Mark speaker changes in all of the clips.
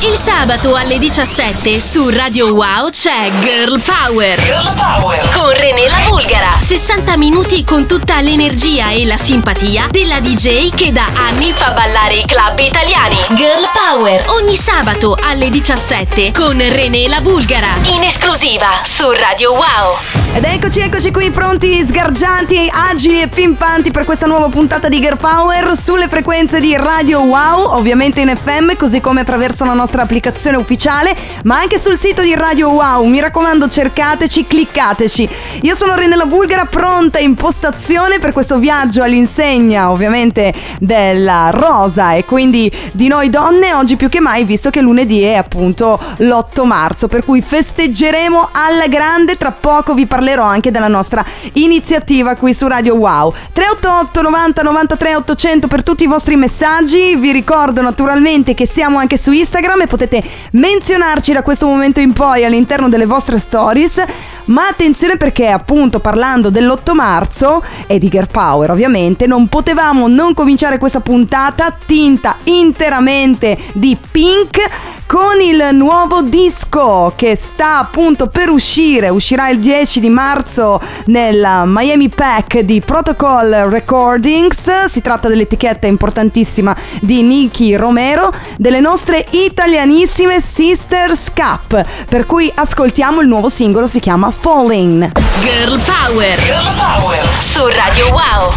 Speaker 1: Il sabato alle 17 su Radio Wow c'è Girl Power.
Speaker 2: Girl Power
Speaker 1: con René La Bulgara. 60 minuti con tutta l'energia e la simpatia della DJ che da anni fa ballare i club italiani. Girl Power ogni sabato alle 17 con René La Bulgara. In esclusiva su Radio Wow.
Speaker 3: Ed eccoci qui pronti, sgargianti, agili e pimpanti per questa nuova puntata di Girl Power sulle frequenze di Radio Wow, ovviamente in FM, così come attraverso la nostra applicazione ufficiale, ma anche sul sito di Radio Wow. Mi raccomando, cercateci, cliccateci. Io sono René La Bulgara, pronta in postazione per questo viaggio all'insegna, ovviamente, della rosa e quindi di noi donne, oggi più che mai, visto che lunedì è appunto l'8 marzo, per cui festeggeremo alla grande. Tra poco vi parlerò anche della nostra iniziativa qui su Radio Wow. 388 90 93 800 per tutti i vostri messaggi. Vi ricordo naturalmente che siamo anche su Instagram e potete menzionarci da questo momento in poi all'interno delle vostre stories. Ma attenzione, perché appunto parlando dell'8 marzo e di Girl Power ovviamente non potevamo non cominciare questa puntata tinta interamente di Pink con il nuovo disco che sta appunto per uscirà il 10 di marzo nel Miami Pack di Protocol Recordings. Si tratta dell'etichetta importantissima di Nicky Romero, delle nostre italianissime Sisters Cup, per cui ascoltiamo il nuovo singolo, si chiama Falling.
Speaker 1: Girl Power,
Speaker 2: Girl Power
Speaker 1: su Radio Wow.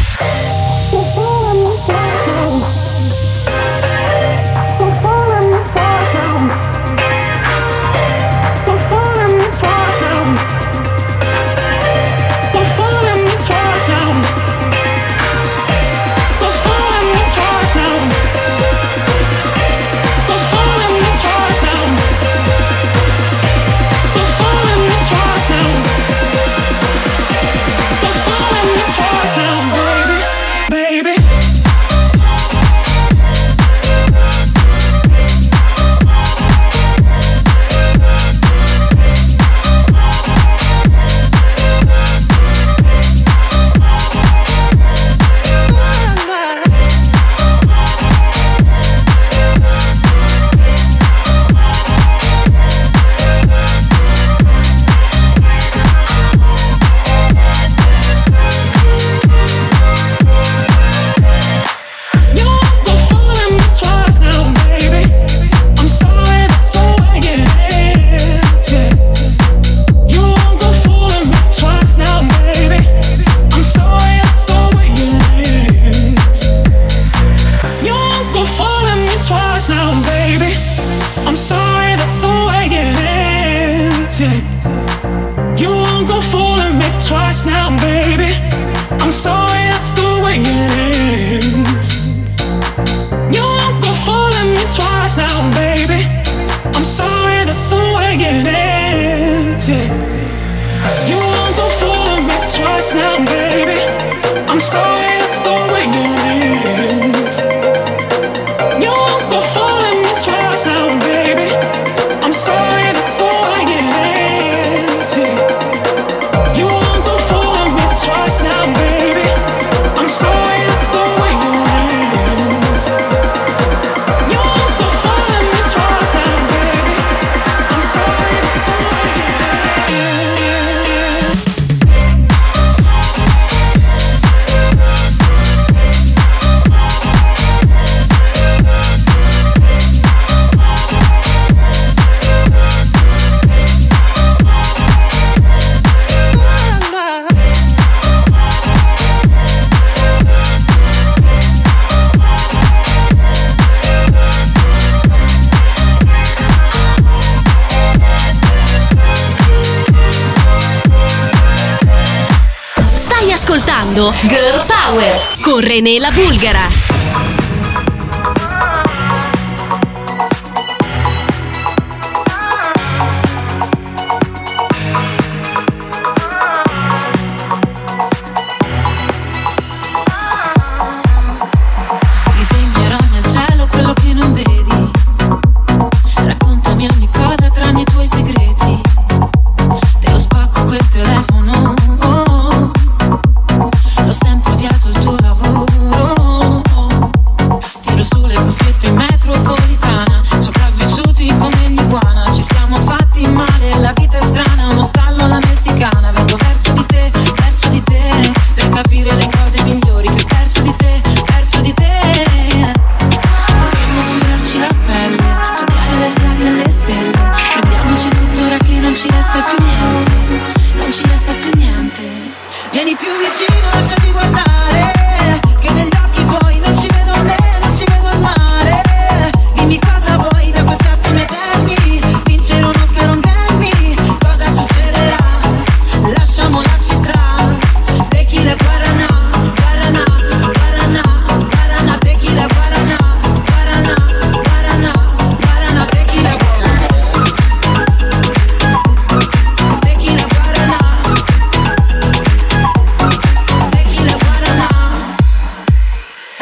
Speaker 1: Girl Power con René La Bulgara.
Speaker 4: L'ho sempre odiato il tuo lavoro.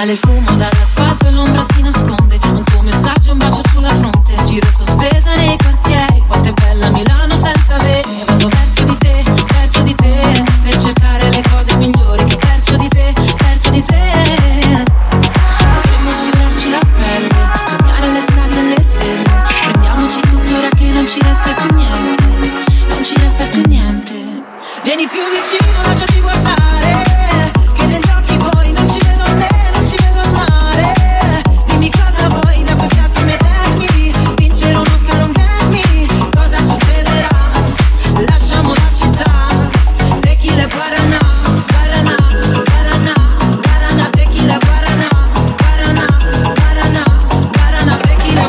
Speaker 2: Sale il fumo dall'asfalto e l'ombra si nasconde. Un tuo messaggio, un bacio sulla fronte. Giro sospesa nei quartieri. Quanto è bella Milano senza avere. Vado verso di te, per cercare le cose migliori che ho perso di te, perso di te. Dovremmo sfiorarci la pelle, sognare l'estate e le stelle. Prendiamoci tutto ora che non ci resta più niente, non ci resta più niente. Vieni più vicino, lasciati guardare, che negli occhi tuoi non ci vedo te, non ci vedo il mare. Dimmi cosa vuoi da questi attimi eterni, vincere uno Oscar, un Grammy, cosa succederà? Lasciamo la città, tequila guaraná, guaraná, guaraná, guaraná, tequila guaraná, guaraná, guaraná, guaraná, tequila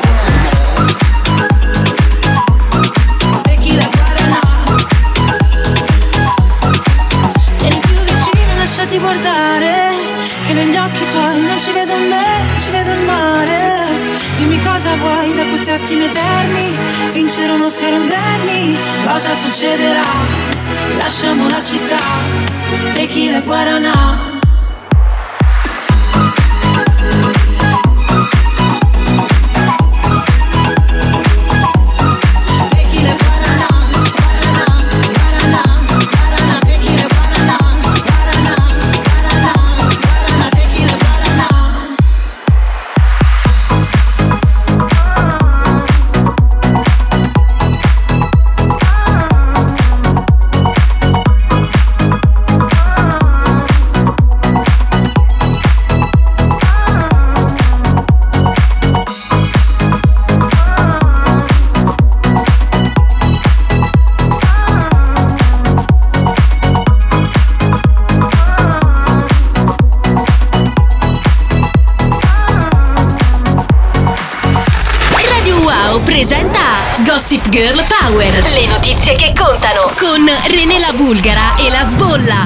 Speaker 2: tequila guaraná. Vieni più vicino, lasciati guardare, che negli occhi tuoi non ci vedo me, ci vedo il mare. Dimmi cosa vuoi da questi attimi eterni, vincere un Oscar, un Grammy, cosa succederà? Lasciamo la città, tequila guaraná. Tequila guaraná, guaraná, guaraná, guaraná, tequila guaraná, guaraná, guaraná, guaraná, tequila guaraná.
Speaker 1: Radio Wow presenta Gossip Girl Power. Le notizie che contano con René la Bulgara e la Sbolla.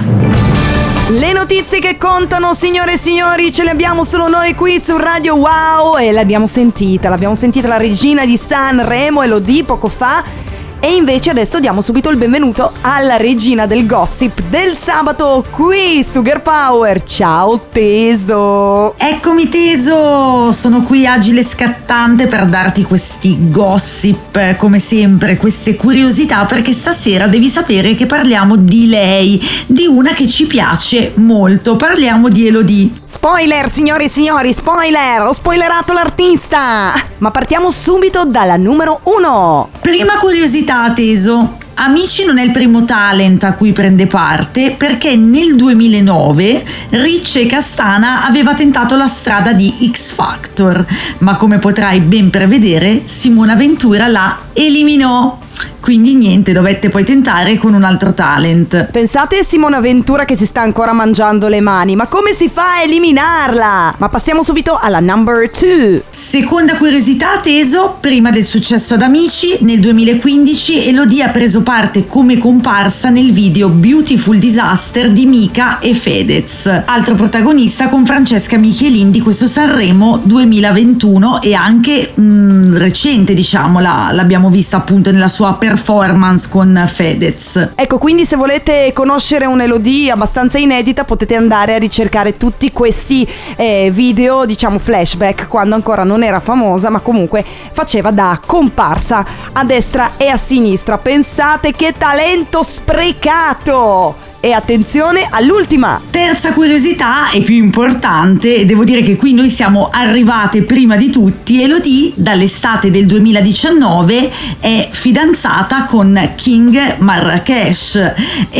Speaker 3: Le notizie che contano, signore e signori, ce le abbiamo solo noi qui su Radio Wow e l'abbiamo sentita la regina di Sanremo, Elodie, poco fa. E invece adesso diamo subito il benvenuto alla regina del gossip del sabato qui su Girl Power. Ciao Teso.
Speaker 4: Eccomi Teso, sono qui agile e scattante per darti questi gossip, come sempre, queste curiosità, perché stasera devi sapere che parliamo di lei, di una che ci piace molto, parliamo di Elodie.
Speaker 3: Spoiler, signori e signori, spoiler, ho spoilerato l'artista. Ma partiamo subito dalla numero 1.
Speaker 4: Prima curiosità, Teso. Amici non è il primo talent a cui prende parte, perché nel 2009 Ricci e Castana aveva tentato la strada di X Factor, ma come potrai ben prevedere Simona Ventura la eliminò. Quindi niente, dovette poi tentare con un altro talent.
Speaker 3: Pensate a Simona Ventura che si sta ancora mangiando le mani, ma come si fa a eliminarla? Ma passiamo subito alla number 2.
Speaker 4: Seconda curiosità, Teso, prima del successo ad Amici, nel 2015 Elodie ha preso parte come comparsa nel video Beautiful Disaster di Mika e Fedez, altro protagonista con Francesca Michelin di questo Sanremo 2021 e anche recente, diciamo, l'abbiamo vista appunto nella sua performance con Fedez.
Speaker 3: Ecco, quindi se volete conoscere un'Elodie abbastanza inedita potete andare a ricercare tutti questi video, diciamo flashback, quando ancora non era famosa ma comunque faceva da comparsa a destra e a sinistra. Pensate che talento sprecato! E attenzione all'ultima.
Speaker 4: Terza curiosità e più importante, devo dire che qui noi siamo arrivate prima di tutti. Elodie dall'estate del 2019 è fidanzata con King Marrakesh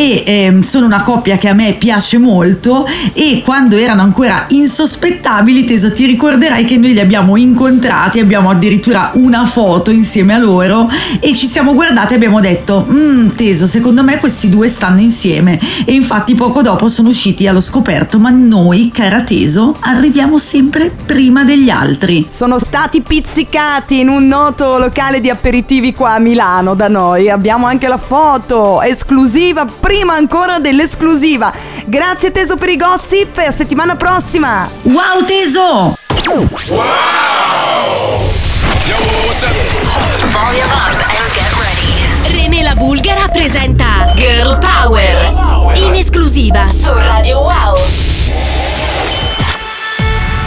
Speaker 4: e sono una coppia che a me piace molto, e quando erano ancora insospettabili, Teso, ti ricorderai che noi li abbiamo incontrati, abbiamo addirittura una foto insieme a loro e ci siamo guardati e abbiamo detto Teso, secondo me questi due stanno insieme. E infatti poco dopo sono usciti allo scoperto, ma noi, cara Teso, arriviamo sempre prima degli altri.
Speaker 3: Sono stati pizzicati in un noto locale di aperitivi qua a Milano da noi. Abbiamo anche la foto esclusiva, prima ancora dell'esclusiva. Grazie Teso per i gossip e a settimana prossima.
Speaker 4: Wow Teso!
Speaker 5: Wow! Yo, what's up?
Speaker 1: Volume up and get ready. René la Bulgara presenta Girl Power in esclusiva su Radio Wow.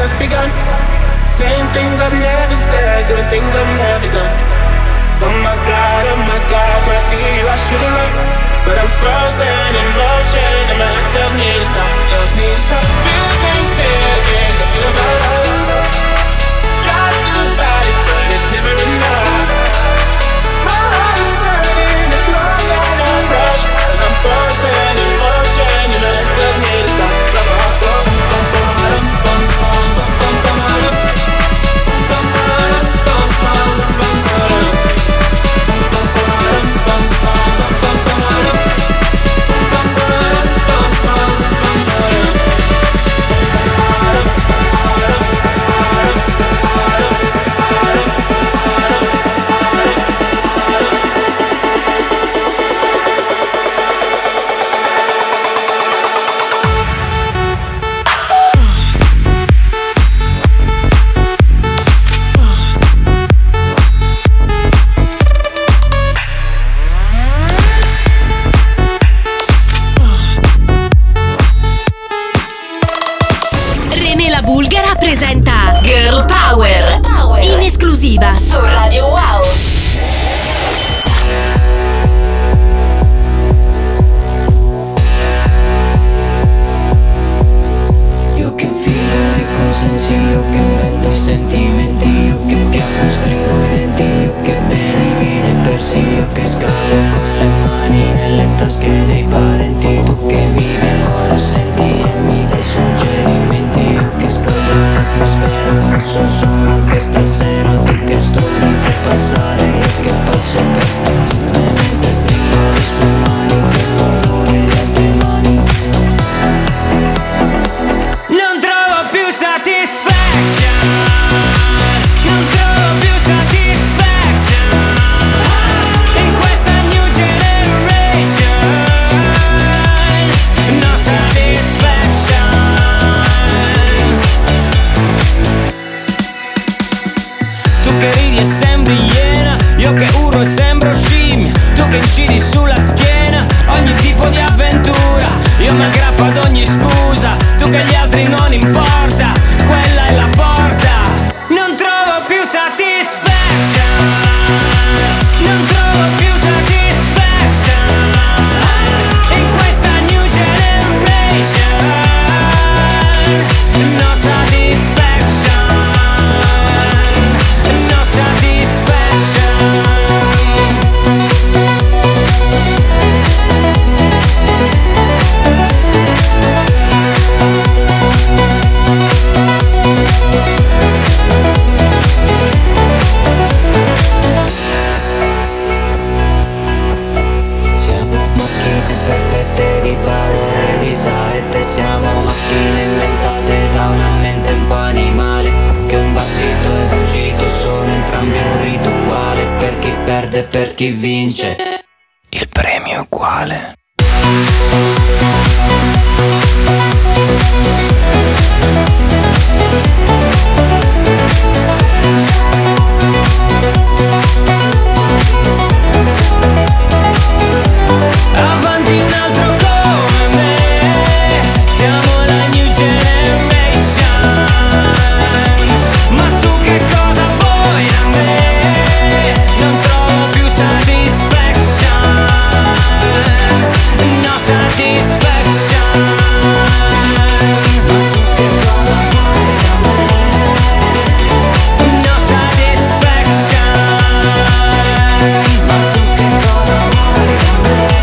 Speaker 6: just begun. Saying things I've never said, doing things I've never done. Oh my God, when I see you I should have run. But I'm frozen in motion and my heart tells me to stop. Tells me to stop feeling about love. Try to fight it but it's never enough. My heart is hurting, it's long and I rush. Cause I'm frozen in motion and my heart tells me to stop.
Speaker 1: Presenta Girl Power in esclusiva su Radio Wow.
Speaker 7: Io che filo di consensi, io che vendo i sentimenti, io che piango, stringo i denti, io che venivi dei persi, io che scalo con le mani nelle tasche dei parenti, tu che vivi e non lo senti e mi dai suggerimenti, io che scaldo l'atmosfera, non so solo anche stasera, tu che studi per passare, io che passo per te, e mentre stringo le sue mani, che l'odore di altre mani. Non trovo più satisfaction, non trovo più satisfaction in questa new generation. No satisfaction. Tu che ridi e sembri iena, io che urlo e sembro scimmia, tu che incidi sulla schiena ogni tipo di avventura, io mi aggrappo ad ogni scusa, tu che agli altri non importa, quella è la porta. Non trovo più satisfaction, non trovo più satisfaction in questa new generation. No satisfaction, no satisfaction. Siamo macchine perfette di parole di saette, siamo macchine inventate da una mente un po' animale, che un battito ed un gito sono entrambi un rituale, per chi perde e per chi vince il premio è uguale. Avanti un altro come me, siamo la new generation. Ma tu che cosa vuoi da me? Non trovo più satisfaction, no satisfaction. Ma tu che cosa vuoi da me? No satisfaction. Ma tu che cosa vuoi da me?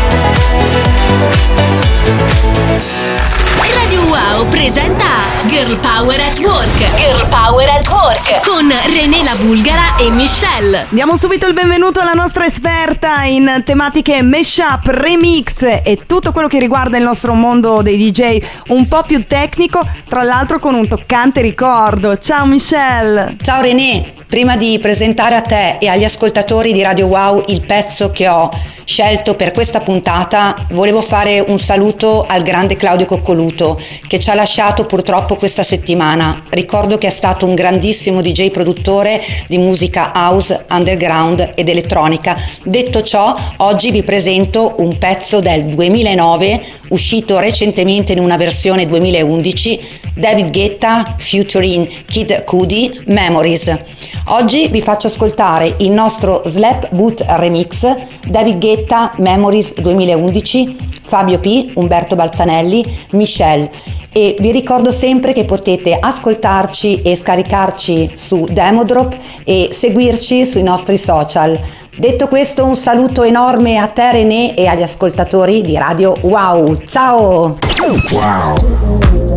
Speaker 1: Radio Wow presenta Girl Power at Work. Girl Power at Work con René la Bulgara e Michelle.
Speaker 3: Diamo subito il benvenuto alla nostra esperta in tematiche mashup, remix e tutto quello che riguarda il nostro mondo dei DJ un po' più tecnico, tra l'altro con un toccante ricordo. Ciao Michelle.
Speaker 8: Ciao René, prima di presentare a te e agli ascoltatori di Radio Wow il pezzo che ho scelto per questa puntata, volevo fare un saluto al grande Claudio Coccoluto che ci ha lasciato purtroppo questa settimana. Ricordo che è stato un grandissimo DJ produttore di musica house, underground ed elettronica. Detto ciò, oggi vi presento un pezzo del 2009, uscito recentemente in una versione 2011, David Guetta featuring Kid Cudi, Memories. Oggi vi faccio ascoltare il nostro Slap Boot Remix, David Guetta Memories 2011, Fabio P, Umberto Balzanelli, Michelle. E vi ricordo sempre che potete ascoltarci e scaricarci su Demodrop e seguirci sui nostri social. Detto questo, un saluto enorme a te René e agli ascoltatori di Radio Wow. Ciao!
Speaker 5: Wow.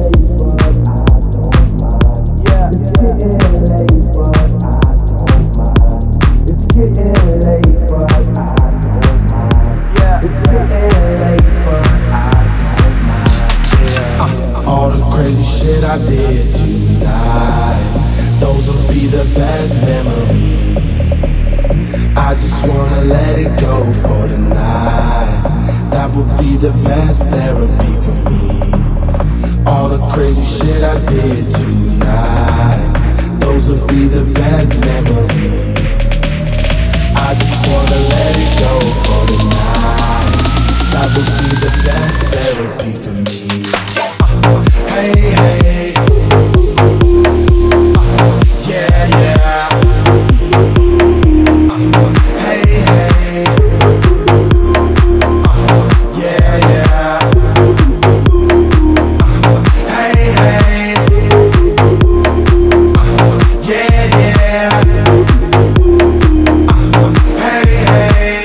Speaker 9: All the crazy shit I did tonight, those will be the best memories. I just wanna let it go for the night. That would be the best therapy for me. All the crazy shit I did tonight, those will be the best memories. I just wanna let it go for the night. That would be the best therapy for me. Hey, hey, yeah, yeah. Hey, hey, yeah, yeah. Hey, hey, yeah, yeah. Hey, hey,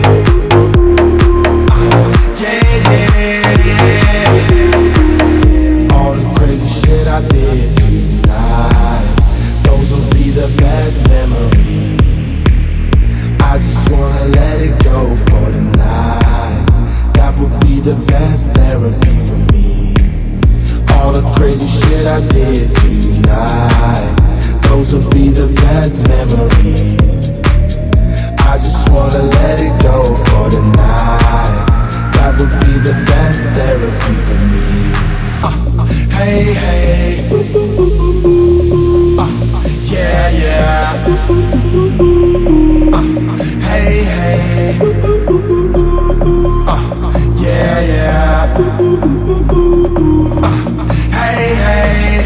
Speaker 9: yeah, yeah. All the crazy shit I did tonight, those will be the best memories. I just wanna let it go for the night. That would be the best therapy for me. All the crazy shit I did tonight, those will be the best memories. I just wanna let it go for the night. That would be the best therapy for me. Hey, hey, yeah, yeah. Hey, hey, yeah, yeah. Hey, hey,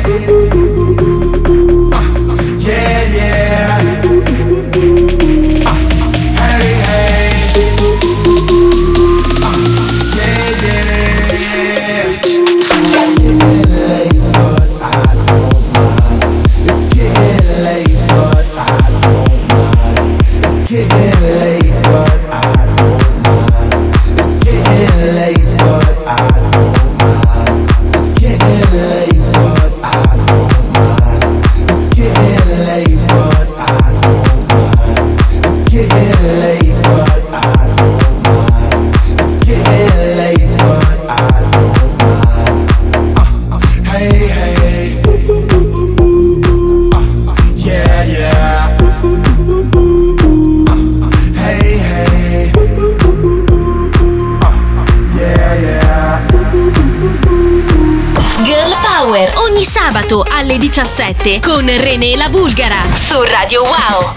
Speaker 9: yeah, yeah. Hey, hey, yeah, yeah. It's getting late, but I don't mind. It's getting late, but I don't mind. It's getting late, but I don't mind. It's getting late, but I don't mind. It's getting late, but I don't mind. It's getting late, but I don't mind. It's getting late, but I don't mind. Hey, hey, yeah, yeah. Hey, hey, yeah, yeah.
Speaker 1: Girl Power ogni sabato alle 17 con René la Bulgara su Radio Wow.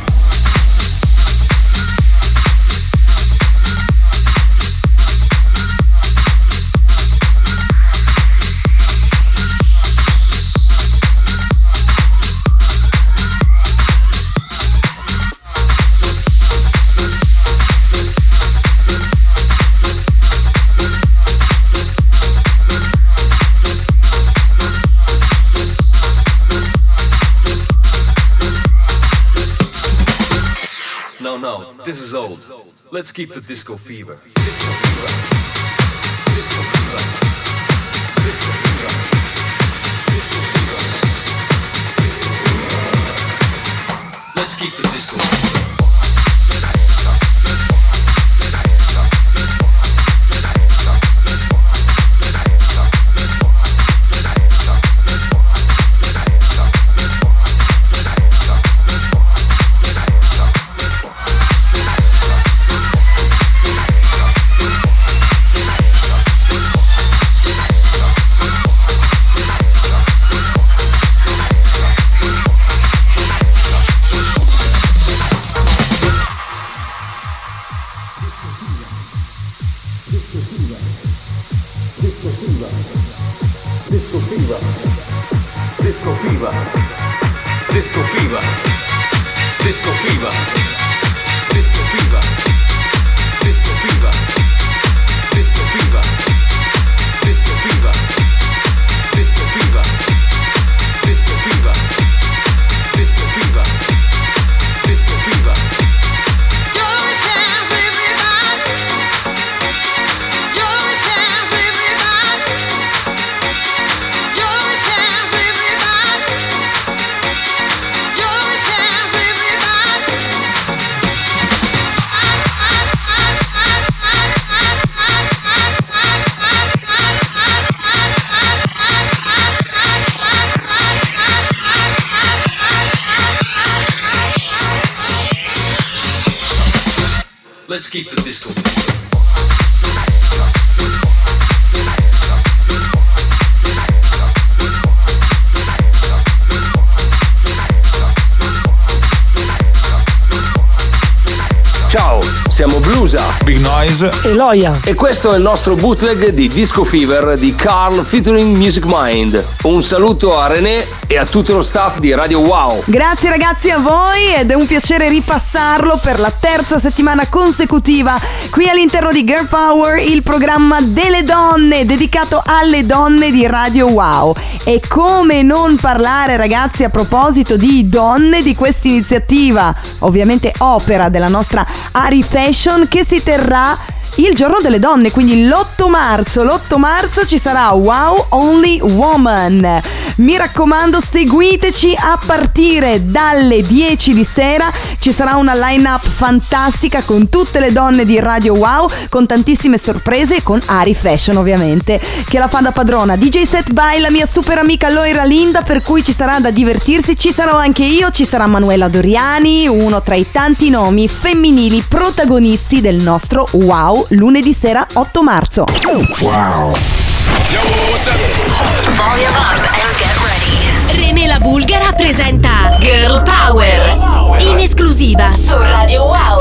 Speaker 10: No, this is old. Let's keep the disco fever. Let's keep the disco fever. Let's keep the disco.
Speaker 11: Ciao, siamo Blusa,
Speaker 12: Big Noise
Speaker 11: e Loia. E questo è il nostro bootleg di Disco Fever di Carl featuring Music Mind. Un saluto a René e a tutto lo staff di Radio Wow.
Speaker 3: Grazie ragazzi a voi ed è un piacere ripassarlo per la terza settimana consecutiva qui all'interno di Girl Power, il programma delle donne dedicato alle donne di Radio Wow. E come non parlare ragazzi a proposito di donne di questa iniziativa, ovviamente opera della nostra Ari Fashion, che si terrà il giorno delle donne, quindi l'8 marzo ci sarà Wow Only Woman. Mi raccomando, seguiteci a partire dalle 10 di sera. Ci sarà una line-up fantastica con tutte le donne di Radio Wow, con tantissime sorprese e con Ari Fashion ovviamente, che la fa da padrona. DJ set by la mia super amica Loira Linda, per cui ci sarà da divertirsi. Ci sarò anche io, ci sarà Manuela Doriani, uno tra i tanti nomi femminili protagonisti del nostro Wow lunedì sera 8 marzo.
Speaker 5: Wow.
Speaker 1: Volume up and get ready. René la Bulgara presenta Girl Power in esclusiva su Radio Wow.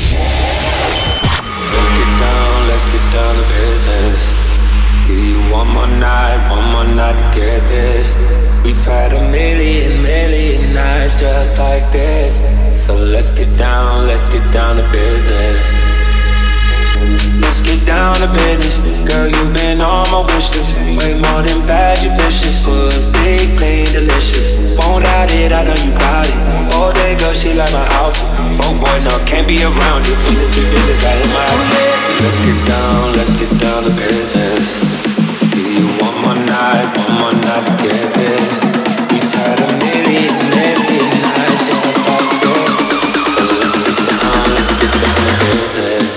Speaker 7: Let's get down to business. Give you one more night to get this. We've had a million nights just like this. So let's get down to business. Let's get down to business. Girl, you've been on my wish list. Way more than bad, you vicious. Pussy clean, delicious. Won't doubt it, I know you bout it. All day, girl, she like my outfit. Oh boy, no, can't be around it. Business, I hit my head. Let's get down to business. Give you one more night to get this. We've had a million nights just like this. So let's get down to business.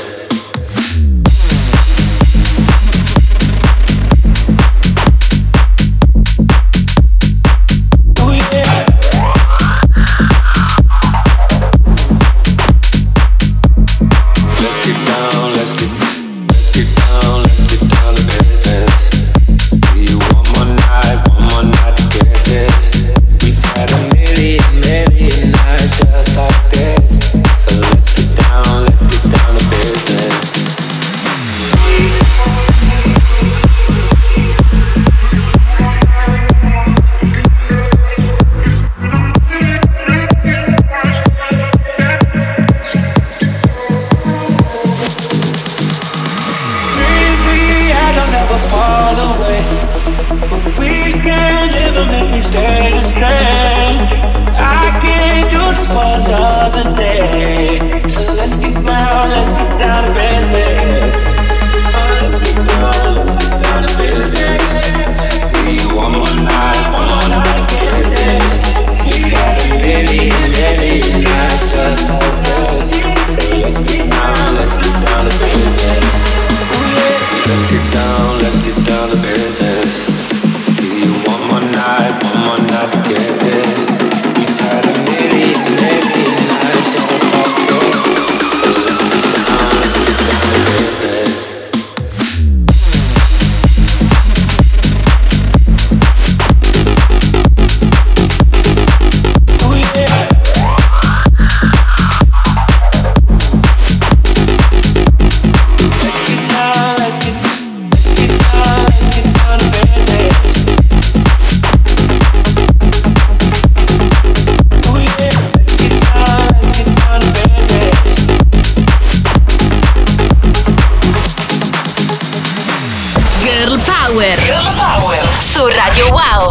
Speaker 1: Girl Power. Girl Power. Su Radio Wow.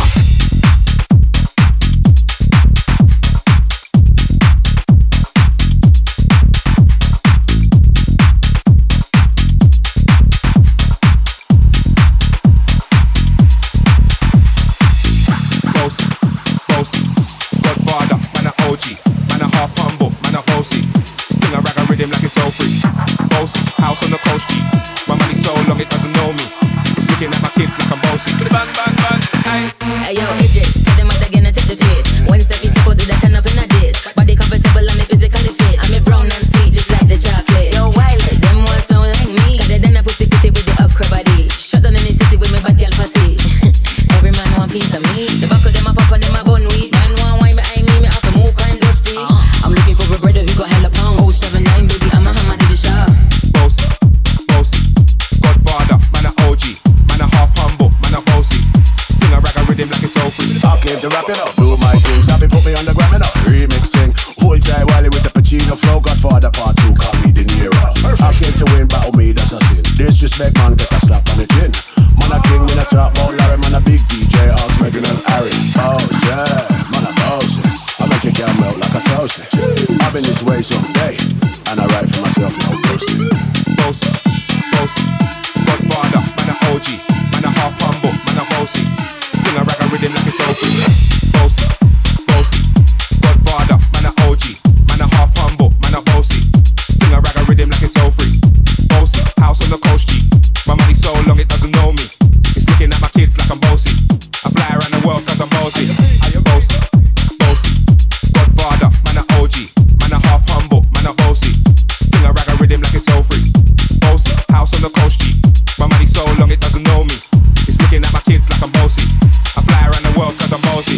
Speaker 12: Godfather, man a OG, man a half humble, man a bossy. Thing I rag a rhythm like it's all free. Bossy, house on the coast G. My money so long it doesn't know me. It's looking at my kids like I'm bossy. Bang, bang, bang, aye.
Speaker 13: Hey yo, Idris, tell them out again and take the piss. When step is step out, do that turn up in a diss. Body comfortable and me physically fit. I'm a brown and sweet just like the chocolate. Yo, why? Them ones sound like me. Cause they done a pussy pretty with the upcrab body. Shut down in the city with me bad girl pussy. Every man want piece of me. The back of them a pop and them a bun weed. Man want wine behind me, me have to move kind dusty. I'm looking for a brother who got hella pound. 079 baby, I'm a hammer to the shop.
Speaker 12: Bossy, bossy. Godfather, man a OG, man a half humble, man a bossy. Thing I rag a rhythm like it's all free.
Speaker 14: I came to rap it up, do my thing. Sabi put me on the gram and up, remix thing. Hold tight Wiley with the Pacino flow. Godfather part 2, call me De Niro. I came to win, battle me, that's a sin. Disrespect man, get a slap on the chin. Man a king, man a top about Larry, man a big DJ, Ox, Megan and Harry. Oh yeah, man a bossy. I make a girl melt like a toasty. I've been this way someday, and I write for myself, no ghosting.
Speaker 12: Bossy, bossy. Godfather, man a OG, man a half humble, man a bossy. Thing I rag a rhythm like it's all free. Bossy, bossy. Godfather, man a OG, man a half humble, man a bossy. Thing I rag a rhythm like it's all free. Bossy, house on the coast G. My money so long it doesn't know me. It's looking at my kids like I'm bossy. I fly around the world cause I'm bossy. I'm bossy, bossy. Godfather, man a OG, man a half humble, man a bossy. Thing I rag a rhythm like it's all free. Bossy, house on the coast G. My money so long it doesn't know me. It's looking at my kids like I'm bossy. I fly around the world cause I'm bossy.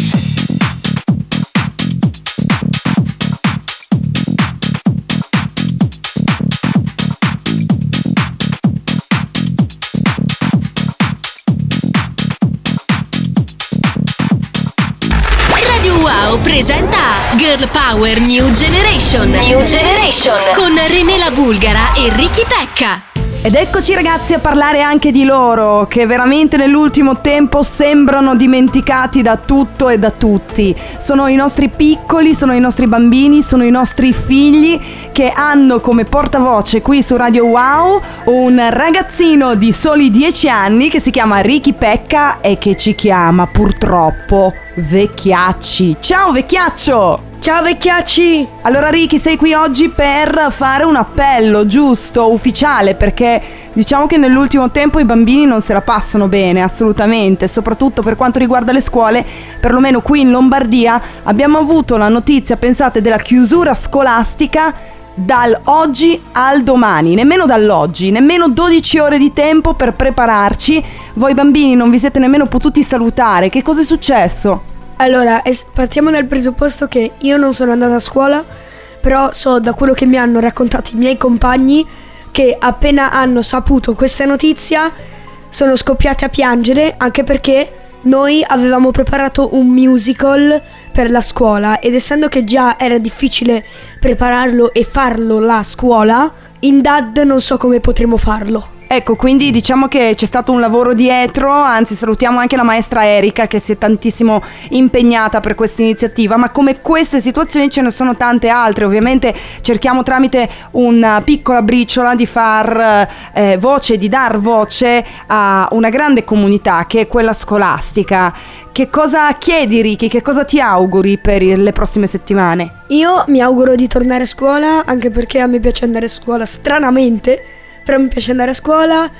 Speaker 1: Radio Wow presenta Girl Power New Generation. New Generation con René la Bulgara e Ricky Pecca.
Speaker 3: Ed eccoci ragazzi a parlare anche di loro, che veramente nell'ultimo tempo sembrano dimenticati da tutto e da tutti. Sono i nostri piccoli, sono i nostri bambini, sono i nostri figli che hanno come portavoce qui su Radio Wow un ragazzino di soli 10 anni che si chiama Ricky Pecca e che ci chiama purtroppo Vecchiacci. Ciao Vecchiaccio!
Speaker 15: Ciao Vecchiacci!
Speaker 3: Allora Ricky, sei qui oggi per fare un appello giusto, ufficiale, perché diciamo che nell'ultimo tempo i bambini non se la passano bene, assolutamente, soprattutto per quanto riguarda le scuole. Perlomeno qui in Lombardia abbiamo avuto la notizia, pensate, della chiusura scolastica dal oggi al domani, nemmeno dall'oggi, nemmeno 12 ore di tempo per prepararci. Voi bambini non vi siete nemmeno potuti salutare, che cosa è successo?
Speaker 15: Allora, partiamo dal presupposto che io non sono andata a scuola, però so da quello che mi hanno raccontato i miei compagni che appena hanno saputo questa notizia sono scoppiati a piangere, anche perché noi avevamo preparato un musical per la scuola ed essendo che già era difficile prepararlo e farlo la scuola, in DAD non so come potremo farlo.
Speaker 3: Ecco, quindi diciamo che c'è stato un lavoro dietro, anzi salutiamo anche la maestra Erika che si è tantissimo impegnata per questa iniziativa, ma come queste situazioni ce ne sono tante altre. Ovviamente cerchiamo tramite una piccola briciola di far voce, di dar voce a una grande comunità che è quella scolastica. Che cosa chiedi Ricky? Che cosa ti auguri per le prossime settimane?
Speaker 15: Io mi auguro di tornare a scuola, anche perché a me piace andare a scuola stranamente, però mi piace andare a scuola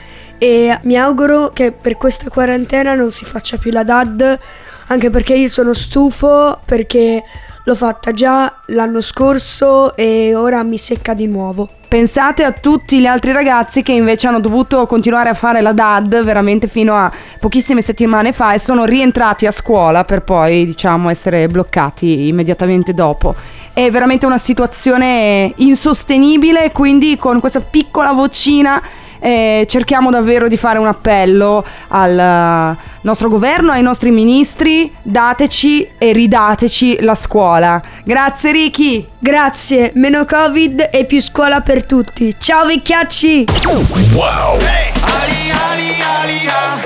Speaker 15: e mi auguro che per questa quarantena non si faccia più la DAD, anche perché io sono stufo, perché l'ho fatta già l'anno scorso e ora mi secca di nuovo.
Speaker 3: Pensate a tutti gli altri ragazzi che invece hanno dovuto continuare a fare la DAD veramente fino a pochissime settimane fa e sono rientrati a scuola per poi, diciamo, essere bloccati immediatamente dopo. È veramente una situazione insostenibile, quindi con questa piccola vocina cerchiamo davvero di fare un appello al nostro governo, ai nostri ministri: dateci e ridateci la scuola. Grazie Ricky.
Speaker 15: Grazie, meno Covid e più scuola per tutti. Ciao Vecchiacci.
Speaker 9: Wow.
Speaker 16: Ali, Ali, Ali,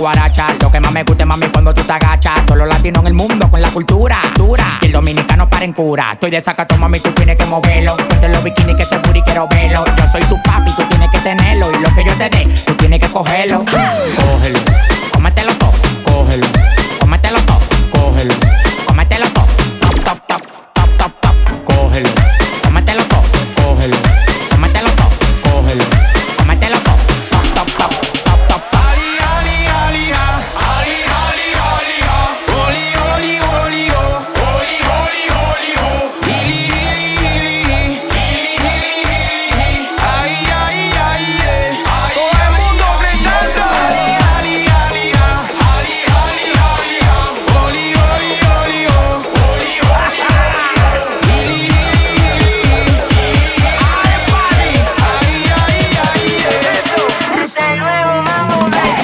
Speaker 16: guaracha. Lo que más me gusta, mami, cuando tú te agachas. Todos los latinos en el mundo con la cultura dura. Y el dominicano para en cura. Estoy de sacato, mami, tú tienes que moverlo. Ponte los bikinis que ese booty quiero verlo. Yo soy tu papi, tú tienes que tenerlo. Y lo que yo te dé, tú tienes que cogerlo. Cógelo, cómetelo todo, cógelo. Cómetelo todo, cógelo. Cómetelo todo, top, top, top, top, top, top. Cógelo, cómetelo todo, cógelo. Cómetelo todo, cógelo. Cómetelo todo, top, top, top, top, top, top.
Speaker 17: Ali, ali, ali, ali, ali, ali, oli, oli, oli, oli, oli, oli, hili, hili, hili, hili, ay, ay, ay, todo el mundo gritando. Ali, ali, ali, ali, ali, ali, oli, oli, oli, oli, oli, hili, hili, hili, ay, papi, ay, ay, ay, es el nuevo Mambo Baby.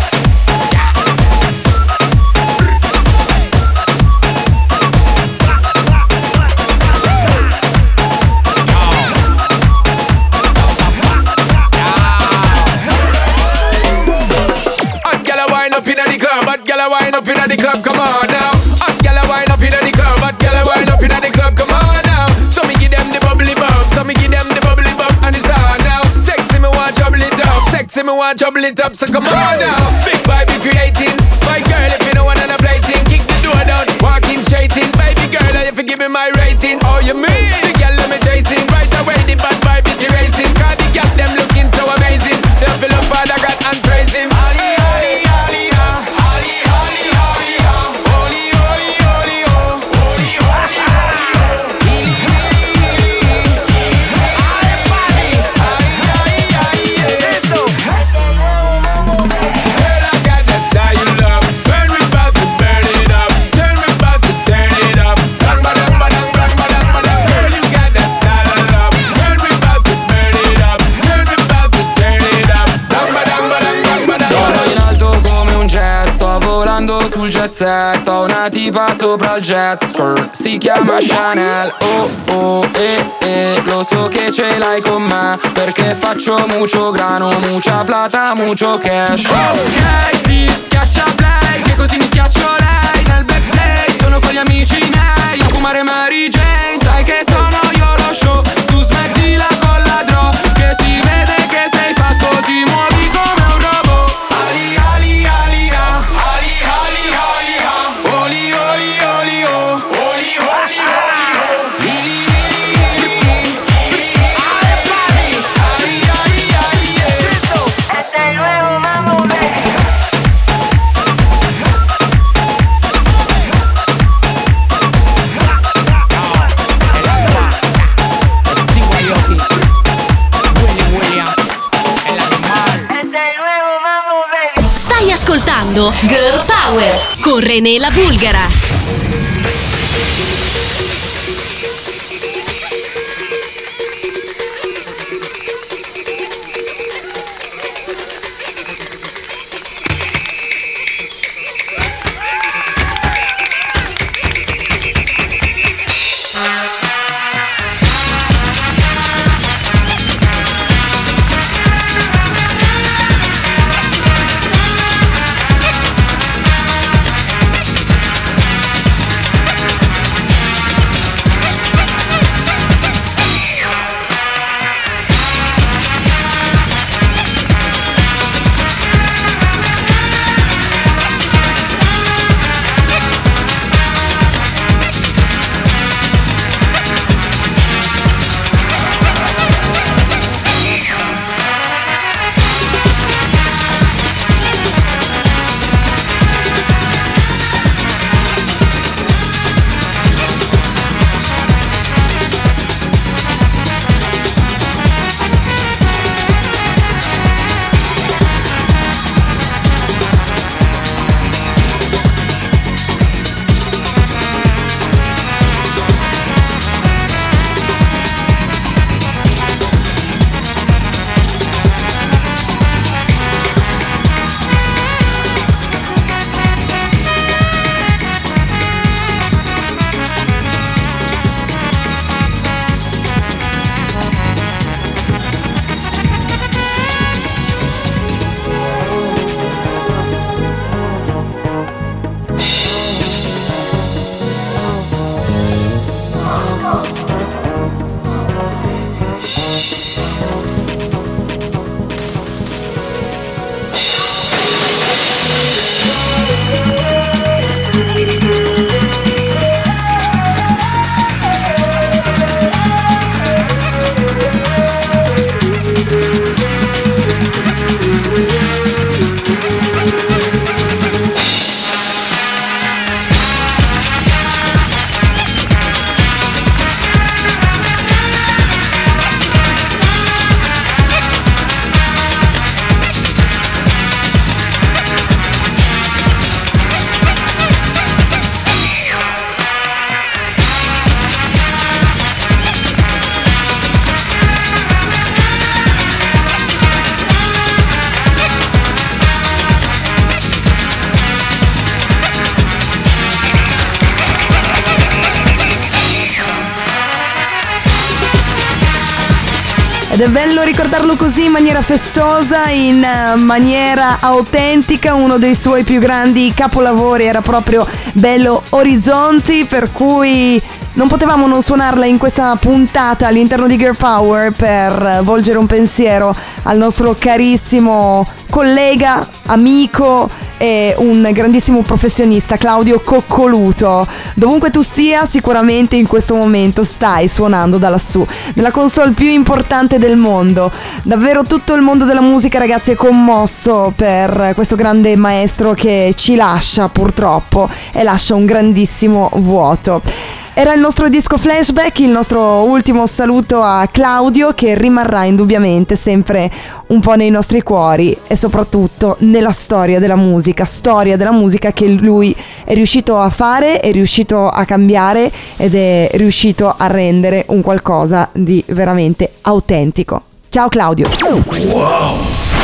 Speaker 12: Hot gyal a wind up inna the club, hot gyal a wind up inna the club, come on now. Hot gyal a wind up inna the club, hot gyal a wind up inna the club, come on now. So me give them the bubbly bub, so me give them the bubbly bub, and it's on now. Sexy me want trouble it up, sexy me want trouble it up, so come on now. Big vibe be creating, my girl if you don't want to play thing, kick the door down, walking straight in, baby girl if you give me my rating. Oh you mean the gyal let me chasing, right away the bad vibe is erasing, 'cause the gyal them looking so amazing. They feel up Father God and praise him. Ali, ali, ali, ali, ali, ali, oli, oli, oli, oli, oli, hili, hili, hili, ay, papi, ay, ay, ay, esto es el nuevo Mambo Baby. Girl, I got that style you love. Burn, we bout to burn it up. Turn, we bout to turn it up. Bang, badang, badang, bang, badang, badang. Girl, you got that style I love. Burn, we bout to burn it up. Turn, we bout to turn it up. Bang, badang, badang, bang, badang.
Speaker 17: Sono in alto come un jet, sto volando sul jet set. Ho una tipa sopra il jet skirt, si chiama Chanel. Oh oh lo so che ce l'hai con me, perché faccio mucho grano, mucha plata, mucho cash. Ok, sì, schiaccia play, che così mi schiaccio lei. Nel backstage sono con gli amici miei, a fumare Mary Jane. Sai che sono io lo show, tu smettila con la draw, che si vede che sei fatto, ti muovi come un robot. Ali, ali, ali, ali, ali, ali, oli, oli, oli, oli, oli, oli, hili, hili, hili, ay, papi, ay, ay, ay, es el nuevo Mambo Baby.
Speaker 1: Stai ascoltando Girl Power con René la Bulgara.
Speaker 3: ed è bello ricordarlo così in maniera festosa, in maniera autentica. Uno dei suoi più grandi capolavori era proprio Belo Horizonte, per cui non potevamo non suonarla in questa puntata all'interno di Girl Power per volgere un pensiero al nostro carissimo collega, amico e un grandissimo professionista, Claudio Coccoluto. Dovunque tu sia, sicuramente in questo momento stai suonando da lassù, nella console più importante del mondo. Davvero tutto il mondo della musica, ragazzi, è commosso per questo grande maestro che ci lascia purtroppo e lascia un grandissimo vuoto. Era il nostro disco flashback, il nostro ultimo saluto a Claudio, che rimarrà indubbiamente sempre un po' nei nostri cuori e soprattutto nella storia della musica che lui è riuscito a fare, è riuscito a cambiare ed è riuscito a rendere un qualcosa di veramente autentico. Ciao Claudio.
Speaker 5: Wow.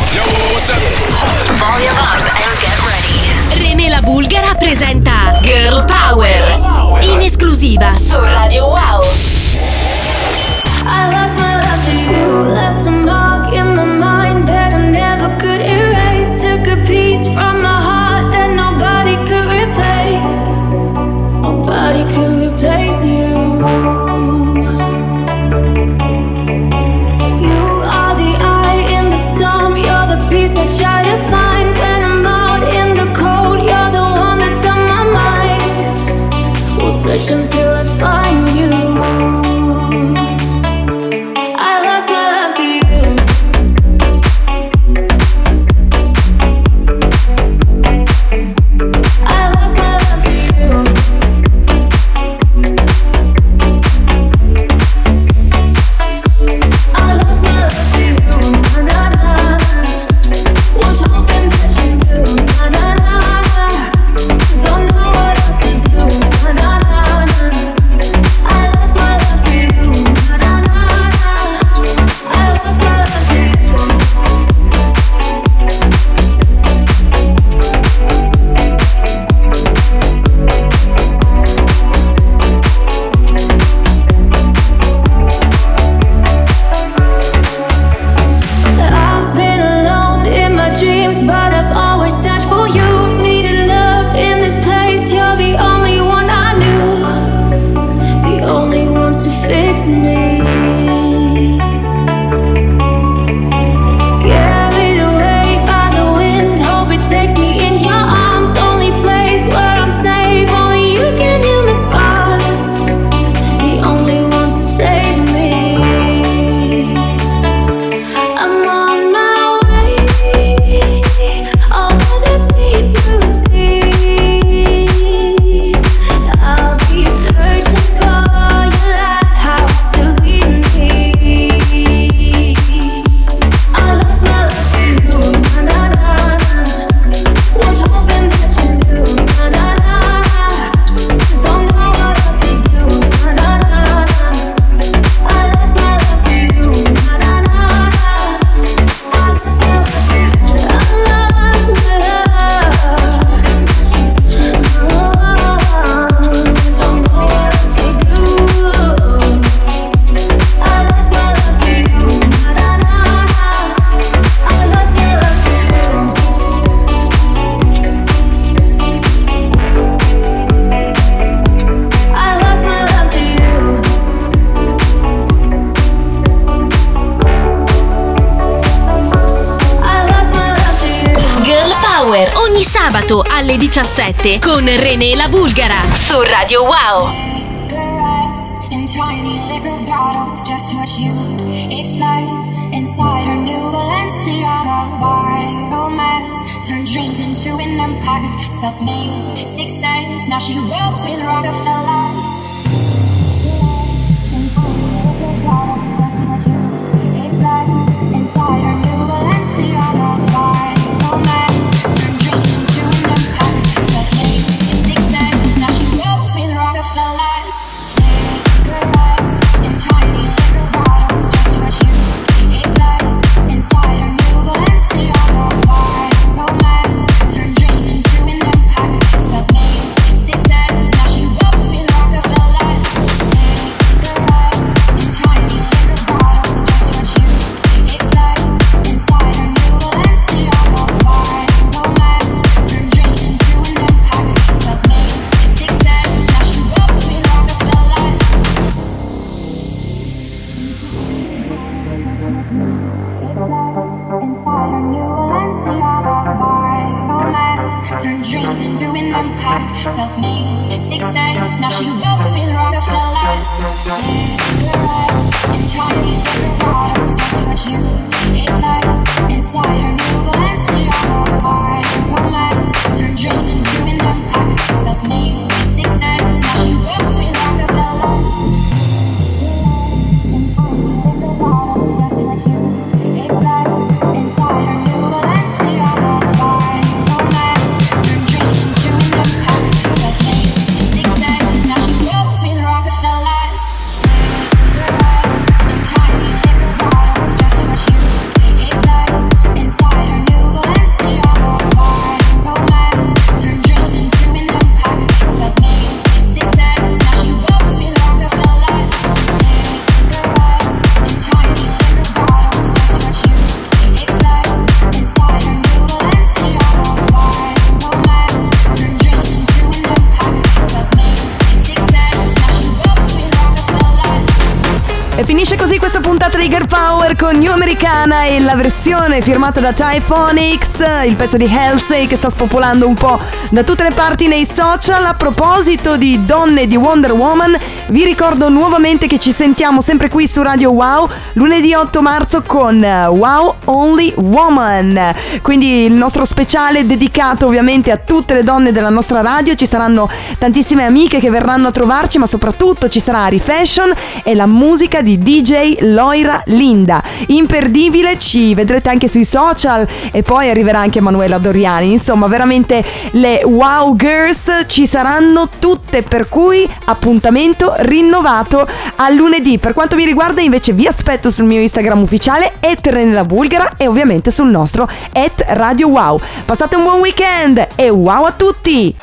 Speaker 1: René La Bulgara presenta Girl Power in esclusiva su Radio Wow.
Speaker 18: I lost my love to you, left a mark in my mind that I never could erase. Took a piece from my heart that nobody could replace. Nobody could replace you. You are the eye in the storm, you're the peace I try to find when I'm out in the cold. You're the one that's on my mind. We'll search until I find you.
Speaker 1: Sabato alle 17 con René La Bulgara su Radio Wow.
Speaker 18: In tiny liquor bottles, just what you expect. Inside her new Balenciaga wine romance turned dreams into an empire. Self-made success, now she works with Rockefeller. Inside her new Balenciaga wine romance turned dreams into an empire. Self-made success, now she works with Rockefellers. Cigarettes in tiny liquor bottles, just what you expect. Inside her new Balenciaga wine romance turned dreams into an empire. Self-made success, now she works with Rockefellers. Cigarettes in tiny liquor bottles, just what you dreams into an empire. Self-made, 6 cents. Now she rolls with Rockefellers. Cigarettes in tiny liquor bottles. Just what you expect inside her new Balenciaga vibe. Romance, turn dreams into an empire. Self-made, 6 cents. Now she rolls with Rockefellers.
Speaker 3: E finisce così questa puntata di Girl Power con New Americana e la versione firmata da Typhonics, il pezzo di Halsey che sta spopolando un po' da tutte le parti nei social. A proposito di donne di Wonder Woman, vi ricordo nuovamente che ci sentiamo sempre qui su Radio Wow lunedì 8 marzo con Wow Only Woman, quindi il nostro speciale dedicato ovviamente a tutte le donne della nostra radio. Ci saranno tantissime amiche che verranno a trovarci, ma soprattutto ci sarà Refashion e la musica di DJ Loira Linda, imperdibile. Ci vedrete anche sui social e poi arriverà anche Manuela Doriani. Insomma, veramente le Wow Girls ci saranno tutte, per cui appuntamento rinnovato a lunedì. Per quanto mi riguarda invece vi aspetto sul mio Instagram ufficiale @renelabulgara e ovviamente sul nostro @Radio Wow. Passate un buon weekend e wow a tutti!